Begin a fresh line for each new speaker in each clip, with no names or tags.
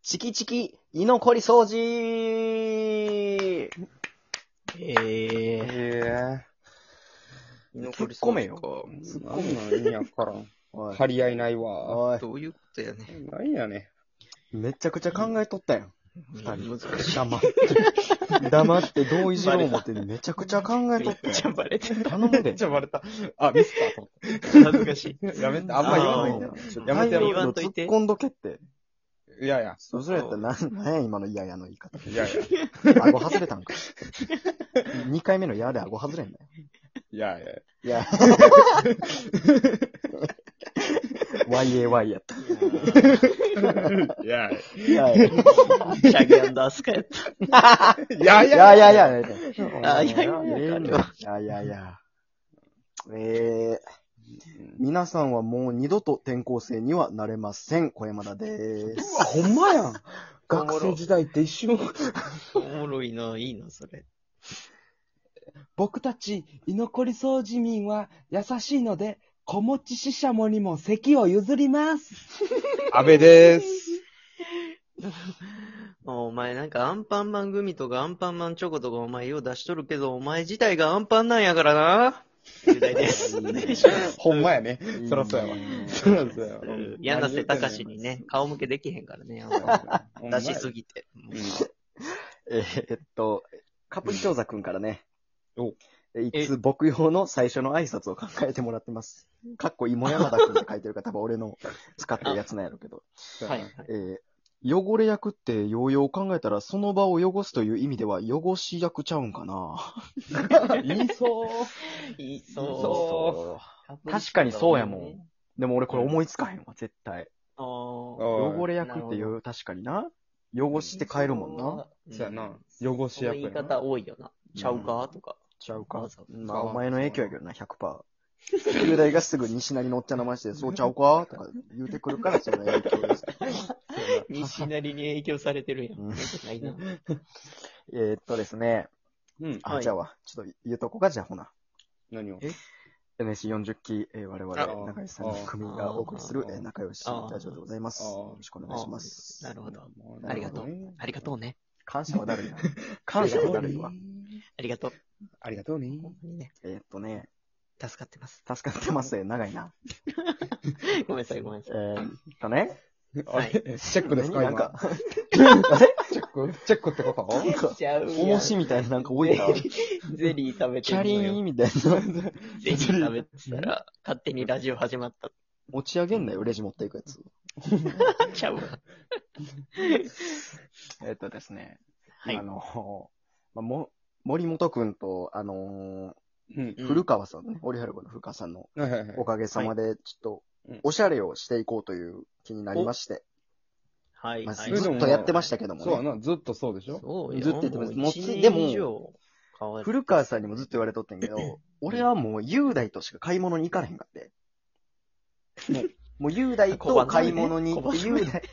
チキチキ、居残り掃除
居残り
突っ込めよ
掃除か。
なんなん意味わからん。
おい。
張り合いないわ。
おい。
どういうことやね。
なんやね
めちゃくちゃ考えとったやん。
難しい。
黙って。黙ってどういじろう思ってめちゃくちゃ考えとった
めっちゃバレてる。
頼むで。
めっちゃバレた。あ、ミスったと思っ
恥ずかしい。
て。やめて、あんま言わないんだよ。やめてや
言
め
わんといて
突っ込んどけって。
て。いやいや。
それやったらなんや今の嫌やの言い方。
いやいや。
顎外れたんか。2回目の嫌で顎外れんだよ。
いやいや。
いや。YAY やった。
いやい
いやい
シャギアンダースカやった。
や。いやいや。
やいやいや。
あいやいや
いやいや。皆さんはもう二度と転校生にはなれません。小山田でーす。
うわ、ほんまやん。学生時代って一瞬。
おもろいな、いいな、それ。
僕たち居残り掃除民は優しいので、子持ちししゃもにも席を譲ります。
安倍でーす。
お前なんかアンパンマングミとかアンパンマンチョコとかお前よう出しとるけど、お前自体がアンパンなんやからな。雄大です。お願いします。
ほんまやね。そらそうやわ。そらそうやわ。
柳瀬隆にね、顔向けできへんからね。出しすぎて。
カプリチョーザくんからね。
お
いつ僕用の最初の挨拶を考えてもらってます。かっこ芋山田くんって書いてるから多分俺の使ってるやつなんやろうけど。
はい。
汚れ役ってようよう考えたらその場を汚すという意味では汚し役ちゃうんかな。
言いそう。
いい
そう確かにそうやもん。でも俺これ思いつかへんわ、絶対。汚
汚
れ役っていう、確かにな。汚して帰るもんな。
そうやな。汚し役やな。
言い方多いよな。ちゃうかとか。
ちゃうか。
うん
まあ、お前の影響やけどな、100%。雄大がすぐ西成のおっちゃんのまして、そうちゃうかとか言うてくるから、その影響です。
西成に影響されてるやん。
うん
ないな。
ですね。
うん。
あ、
はい
じゃあちょっと言うとこか、じゃあほな。
何を
NSC40 期、我々、
あ
中西さんの組がお送りする、仲良しラジオでございます。
あ
よろしくお願いします。
なるほど。ありがとう。ありがとうね。
感謝はだるいな。感謝はだるいわ。
ありがとう。
ありがとうね。
本当にね。 助かってます。
助かってますね。長いな。
ごめんなさい、ごめんなさい。
ね。
はい
チェックですか今。
なんか、
チェックってこと
ちゃうやん
重しみたいななんか多いな。
ゼリー食べて
キャリ
るのよ。
ーンみたいな。
ゼリー食べてたら、勝手にラジオ始まった。
持ち上げんなよ、レジ持っていくやつ。
ちゃうわ。
ですね。
はい。
森本くんと、
うん。
古川さんのね、オリハルコの古川さんの
はいはいはい。
おかげさまで、ちょ
うん
っと、おしゃれをしていこうという気になりまして、
はい。
まあ
はい。
ずっとやってましたけどもね。
そうやな、ずっとそうでしょ
そうよ。
ずっとやってます
もう一年
でも
以上変わる
古川さんにもずっと言われとってんけど、俺はもう雄大としか買い物に行かれへんかって。もう雄大と買い物に行って、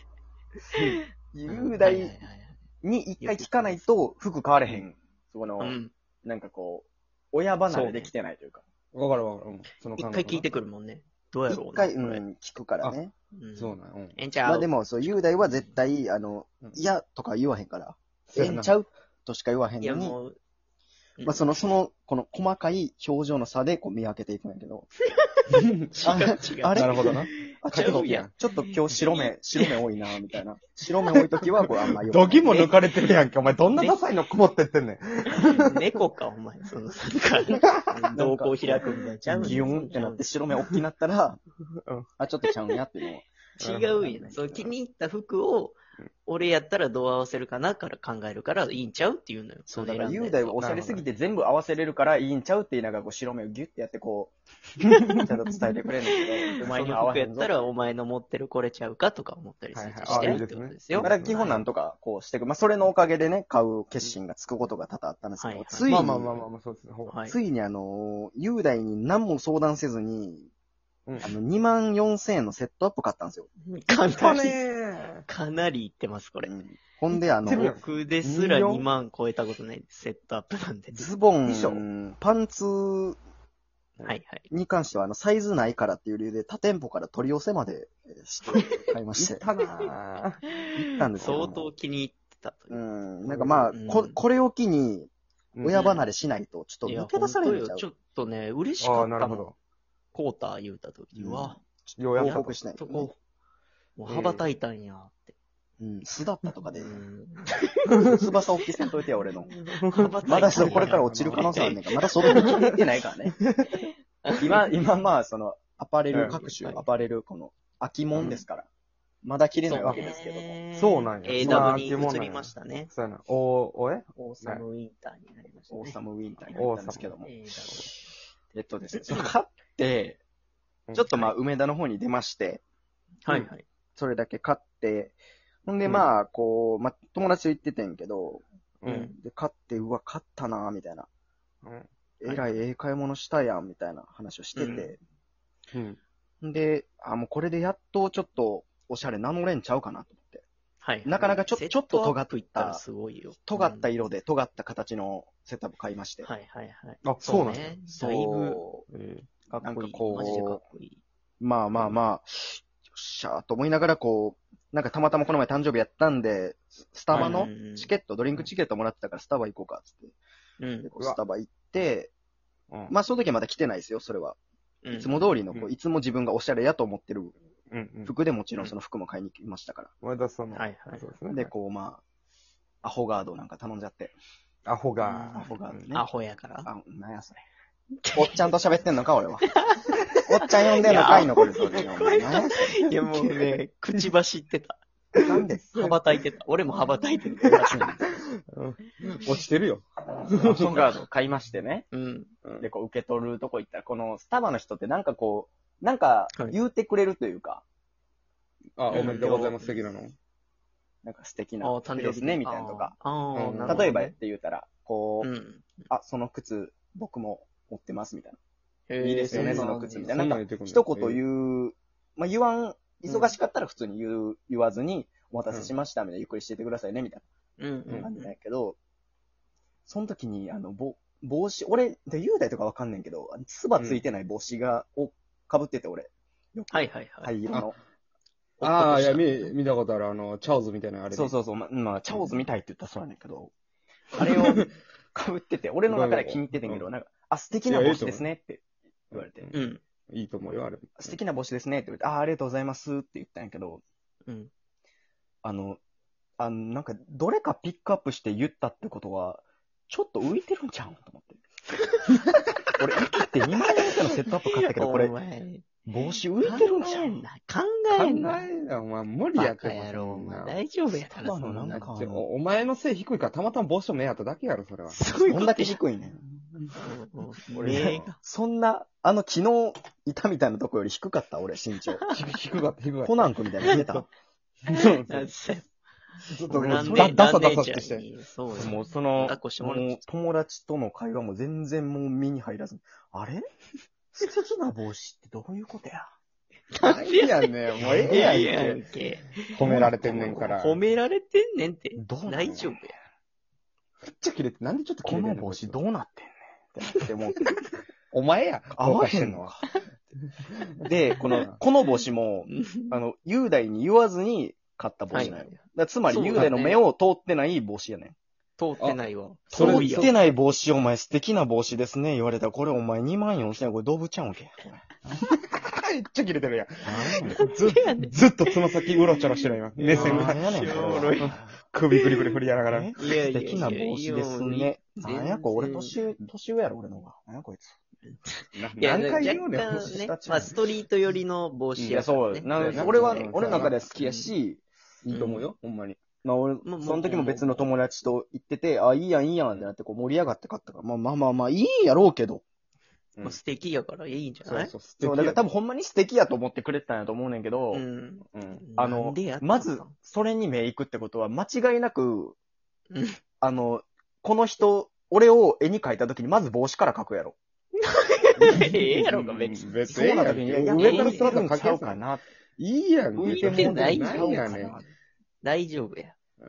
雄大に一回聞かないと服買われへん。その、
うん。
なんかこう、親離れできてないというか。
わかるわかる。うん。その
一
感覚な
回聞いてくるもんね。どうやろうな。
一回、
これ
聞くからね。
うん
そうなん。うん。
ええんちゃう
まあでも、そう、雄大は絶対、
うん
嫌とか言わへんから、
そうやな
ええんちゃうとしか言わへん
いや
のに、
もう、
まあこの細かい表情の差でこう見分けていくんやけど、
違う違う。
あれ
なるほどな。
あ、
ちゃうやん
ちょっと今日白目多いな、みたいな。白目多い時は、これあんまよくない
ドギも抜かれてるやんけ。お前どんなダサいのこもってってんねん。
猫か、お前。その、なんか、瞳孔開くみたいな。ちゃうねん
ギューンってなって白目大きくなったら、あ、ちょっとちゃうんやっていうのを。
違うやん。その気に入った服を、俺やったらどう合わせるかなから考えるからいいんちゃうって言うのよ。
そう、だから
選んで
雄大はおしゃれすぎて全部合わせれるからいいんちゃうって言いながら、こう白目をギュッてやってこう、ちゃんと伝えてくれるんだけど、
お前に服やったらお前の持ってるこれちゃうかとか思ったりする
はいはい
してるってことですよ。
だから基本なんとかこうしていく。まあそれのおかげでね、買う決心がつくことが多々あったんですけど、
はいはい
ついに、
まあ、そうですね。
はい。
ついに雄大に何も相談せずに、
うん
24,000円のセットアップ買ったんですよ。
かなり、
ね
かなりいってます、これ。
ほんで
僕ですら2万超えたことないです。セットアップなんで。
ズボ
衣装
ン、パンツ
はいはい。
に関しては、サイズないからっていう理由で、他店舗から取り寄せまでして買いまし。
行ってたな
行ったんですけども。
相当気に入ってたというう。
ん。なんかまあ、
うん
これを機に、
ぁ。
親離れしないと、ちょっと
いや、
抜け出されるんちゃう
本当よちょっとね、嬉し
ああ、
かったもん。
なるほど。
コーター言うたときは、
報
ようやったと
告しないと、
とこう、もう羽ばたいたんやって。
うん。巣だったとかで
う、ん。
翼大きせんといてや、俺の。
羽ばたいたんや
まだこれから落ちる可能性あるねんから、まだ外に切ってないからね。今まあ、アパレル、各種アパレル、この、秋物ですから。まだ切れないわけですけども。
そうなんや
AW に移りましたね。
そうやな。おえ
オーサムウィンターになりましたね。
オーサムウィンターになったんですけども。
AW
ですね、その買って、ちょっとまあ、梅田の方に出まして、
はいはい。
それだけ買って、ほんでまあ、こう、まあ、友達と行っててんけど、
うん。
で、買って、うわ、買ったなみたいな。
うん。
えらい買い物したやん、みたいな話をしてて、
うん。
で、もうこれでやっとちょっと、おしゃれ名乗れんちゃうかなと思って。
はい。
なかなかちょっと尖った
いったらすごいよ。
尖った色で、尖った形のセットアップ買いまして。
はいはいはい。
あ、そうなんや。
ね。
そう
だいぶ、
かっこいい。
マジでかっこいい。
まあまあまあ、よっしゃーと思いながらこう、なんかたまたまこの前誕生日やったんで、スタバのチケット、ドリンクチケットもらってたからスタバ行こうかっつって。
うん
でこうスタバ行って、
うん。
まあその時はまだ来てないですよ、それは。
うん。
いつも通りの、こ
う
ういつも自分がおしゃれやと思ってる
うん。うん。
服でもちろんその服も買いに来ましたか
前田さんの。
はいはい
そうですね。
ら。で、こうまあ、アホガードなんか頼んじゃって。
アホが。
アホガードね。
アホやから。
なんやそれ。おっちゃんと喋ってんのか、俺は。おっちゃん呼んでんのかいの、これ、それ。何やそ
いやもうね、口走ってた。
れ。なんで
羽ばたいてた。俺も羽ばたいてた。
落ちてるよ。
アホガード買いましてね。
うん。
で、こう受け取るとこ行ったら、このスタバの人ってなんかこう、なんか言うてくれるというか、
あ、おめでとうございます、的なの。
なんか素敵な
あ、誕生日
服ですね、みたいなとか。
ああ、
うん
なるほどね
例えばって言うたら、こう、
うん。
その靴、僕も持ってます、みたい
へー
な。いいですよね、
へー
その靴、みたい
そ
な。なんか、
んなん言ってくんの
一言言う、まあ、言わん、忙しかったら普通に言わずに、お待たせしました、みたいな、ゆっくりしててくださいね、みたい
うんう。
なん感じなんやけど、その時に、帽子、俺、雄大とかわかんねんけど、つばついてない帽子を被ってて、俺。
はいはいはい。
灰色の。
ああ、いや、
見
見たことある、チャオズみたいなあれ。
そうそうそう。まあ、チャオズみたいって言ったらそうやねんけど、あれを被ってて、俺の中で気に入っててんけど、なんか、素敵な帽子ですねって言われて、
うん。
いいと思うよ、あれ。
素敵な帽子ですねって言われて、ありがとうございますって言ったんやけど、
うん。
なんか、どれかピックアップして言ったってことは、ちょっと浮いてるんちゃうんと思って。俺、生きて2万円以下のセットアップ買ったけど、これ
お、前
帽子浮いてるんちゃうん
考えんな。
お前無理やって
バカ野郎、お前大丈夫やから、
ただの
そんな
なんか
お前の背低いからたまたま帽子と目やっただけやろ、それは。
そういうこと
どんだけ低いねん。
俺、
そんな、昨日いたみたいなとこより低かった、俺、身長。
低かった、低かった。
コナン君みたいなの見えた。
そう
ちょっと
ランネ
ダサダ
ランネちゃん
サってして。
にそうよ
もうその
抱っこしてもらっ、
もう友達との会話も全然もう身に入らず、あれ素敵な帽子ってどういうことや
いいやんねもうええやん
いいやん
け。
け。
褒められてんねんから。
褒められてんねんって。
どうなん
大丈夫や。
めっちゃ切れて、なんでちょっと切れてんの
この帽子どうなってんねんって思って。
お前や。
合わへんのか。で、この帽子も、雄大に言わずに買った帽子なんよ。
はい
だからつまり、
そうだね
雄大の目を通ってない帽子やねん。
通ってないわ。
それ
通
遠いよ
ってない帽子、お前素敵な帽子ですね。言われたら、これお前2万4千円、これ動物ちゃうんけ。
めっちゃ切れてるやん。
やねん
ずっとつま先うろちょろしてるよ、今。目線が。
なんやねん、こ
おもろい
れは。
首ぐりぐり振りやながら。
え
いやいやいや
素敵な帽子ですね。
いや
なんやこれ、俺年上やろ、俺の方が。なんやこいつ。
いや、
何回言うねん。
若干ね
年下ちゃう
まあ、ストリート寄りの帽子やからね。
俺は
うん、
俺の中では好きやし、
いいと思うよ、ほんまに。
まあ俺、
もう
その時も別の友達と行ってて、あ、いいやん、いいやんってなって、こう盛り上がって買ったから、まあ、いいんやろうけど。
まあ素敵やからいいんじゃない
そう、素
そう、だから多分ほんまに素敵やと思ってくれてたんやと思うねんけど、
うん。
うん。
なんでやったの
まず、それに目行くってことは、間違いなく、
うん
この人、俺を絵に描いた時に、まず帽子から描くやろ。
ええやろか、別に。
別
そうな時に、
ええやん
上から撮るんちゃうか
な。
な。
いいやん。
浮いて
てない
んちゃうか
やねん。
な。
大丈夫や。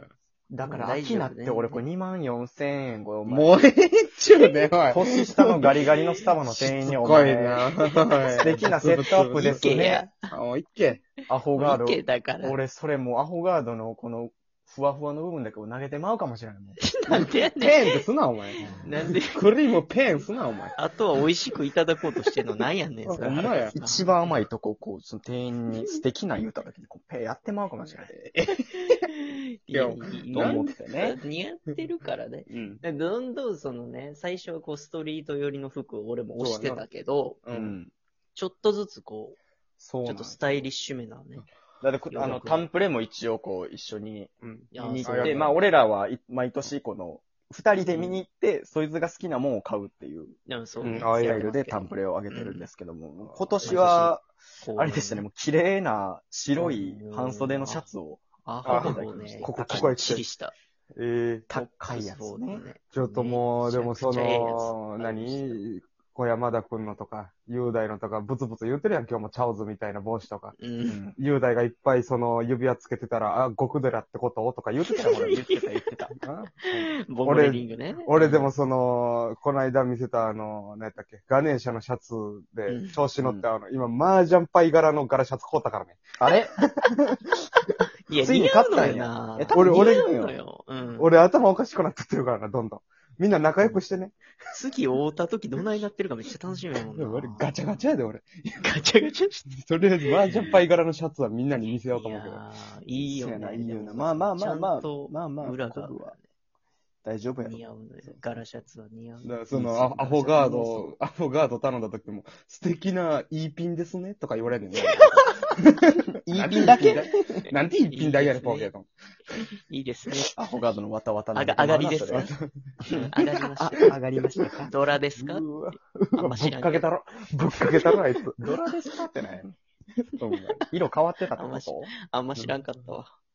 だから、
大丈夫ね
秋なって俺これ24,000円、これお前。
もうええっちゅうね、おい。
年下のガリガリのスタバの店員にお
すごい
前、
な。
素敵なセットアップです
いけや
ね。
もういっけ。
アホガー
いけ
ド。
だから。
俺、それもうアホガードのこの、ふわふわの部分だけを投げてまうかもしれないもん。
なんでやね
ペンってすな、お前。
ん。なんで、
クリームペンすな、お前。
あとは美味しくいただこうとしてんのなんやねん、それ。
ほんまや。
一番甘いとこ、こう、その店員に素敵な言うた時に、こう、ペやってまうかもしれない。
いや、
と思ってね。
似合ってるからね。
うん。
どんどんそのね、最初はこうストリート寄りの服を俺も推してたけど、
う。ん。
ちょっとずつこう、
そうなん
ちょっとスタイリッシュめなね。
だって、タンプレも一応こう、一緒に
うん。
いや
見に行って、
そう
まあ、俺らはい毎年この、二人で見に行って、そいつが好きなもんを買うっていう
でもそうね。
うんああいう
スタイルでタンプレをあげてるんですけども、今年は、あれでしたね、もう綺麗な白い半袖のシャツを、
アホほどね、
ここ
きっちりした。
高いやつ
そうだ
ね。
ちょっともう、でもそ
めちゃくちゃええやつ
の、小山田くんのとか、雄大のとか、ブツブツ言ってるやん、今日もチャオズみたいな帽子とか。
うん。
雄大がいっぱいその指輪つけてたら、あ、極寺ってこととか言ってたよ、俺。
言ってた。
ボブレリングね。
俺でもその、この間見せた何やったっけ、ガネーシャのシャツ
う
で
ん
調子乗って今、麻雀パイ柄の柄シャツ買ったからね。
あれ
いや、
ついに
似合うの
買ったんや
よな。
え多分
俺
似合うのよ。うん。
俺頭おかしくなってってるからな、どんどん。みんな仲良くしてね。
次会うた時どないなってるかめっちゃ楽しみやもんな。
俺ガチャガチャやで、俺。
ガチャガチャして。
とりあえず麻雀パイ柄のシャツはみんなに見せようと思うけど。
いやーいいよ
そうやな
ね。
いいよな
でも
まあまあまあまあ
ちゃんと
まあまあ
裏がある
ここは大丈夫やろ。
似合うのよ。ガラシャツは似合う。
だからそのアホガード頼んだ時も、素敵ないいピンですねとか言われるねんね。
いいピンだけ
なんていいピンだけやねん、ポーケートン。
いいですね。
アホガードのわたわた
上がりですか上がりました。
上がりましたか
ドラですか
うわ
あんま知らん
ぶっかけたろ。ぶっかけたろ、あいつ。
ドラですかってない色変わってたって
あんまし
こと
あんま知らんかったわ。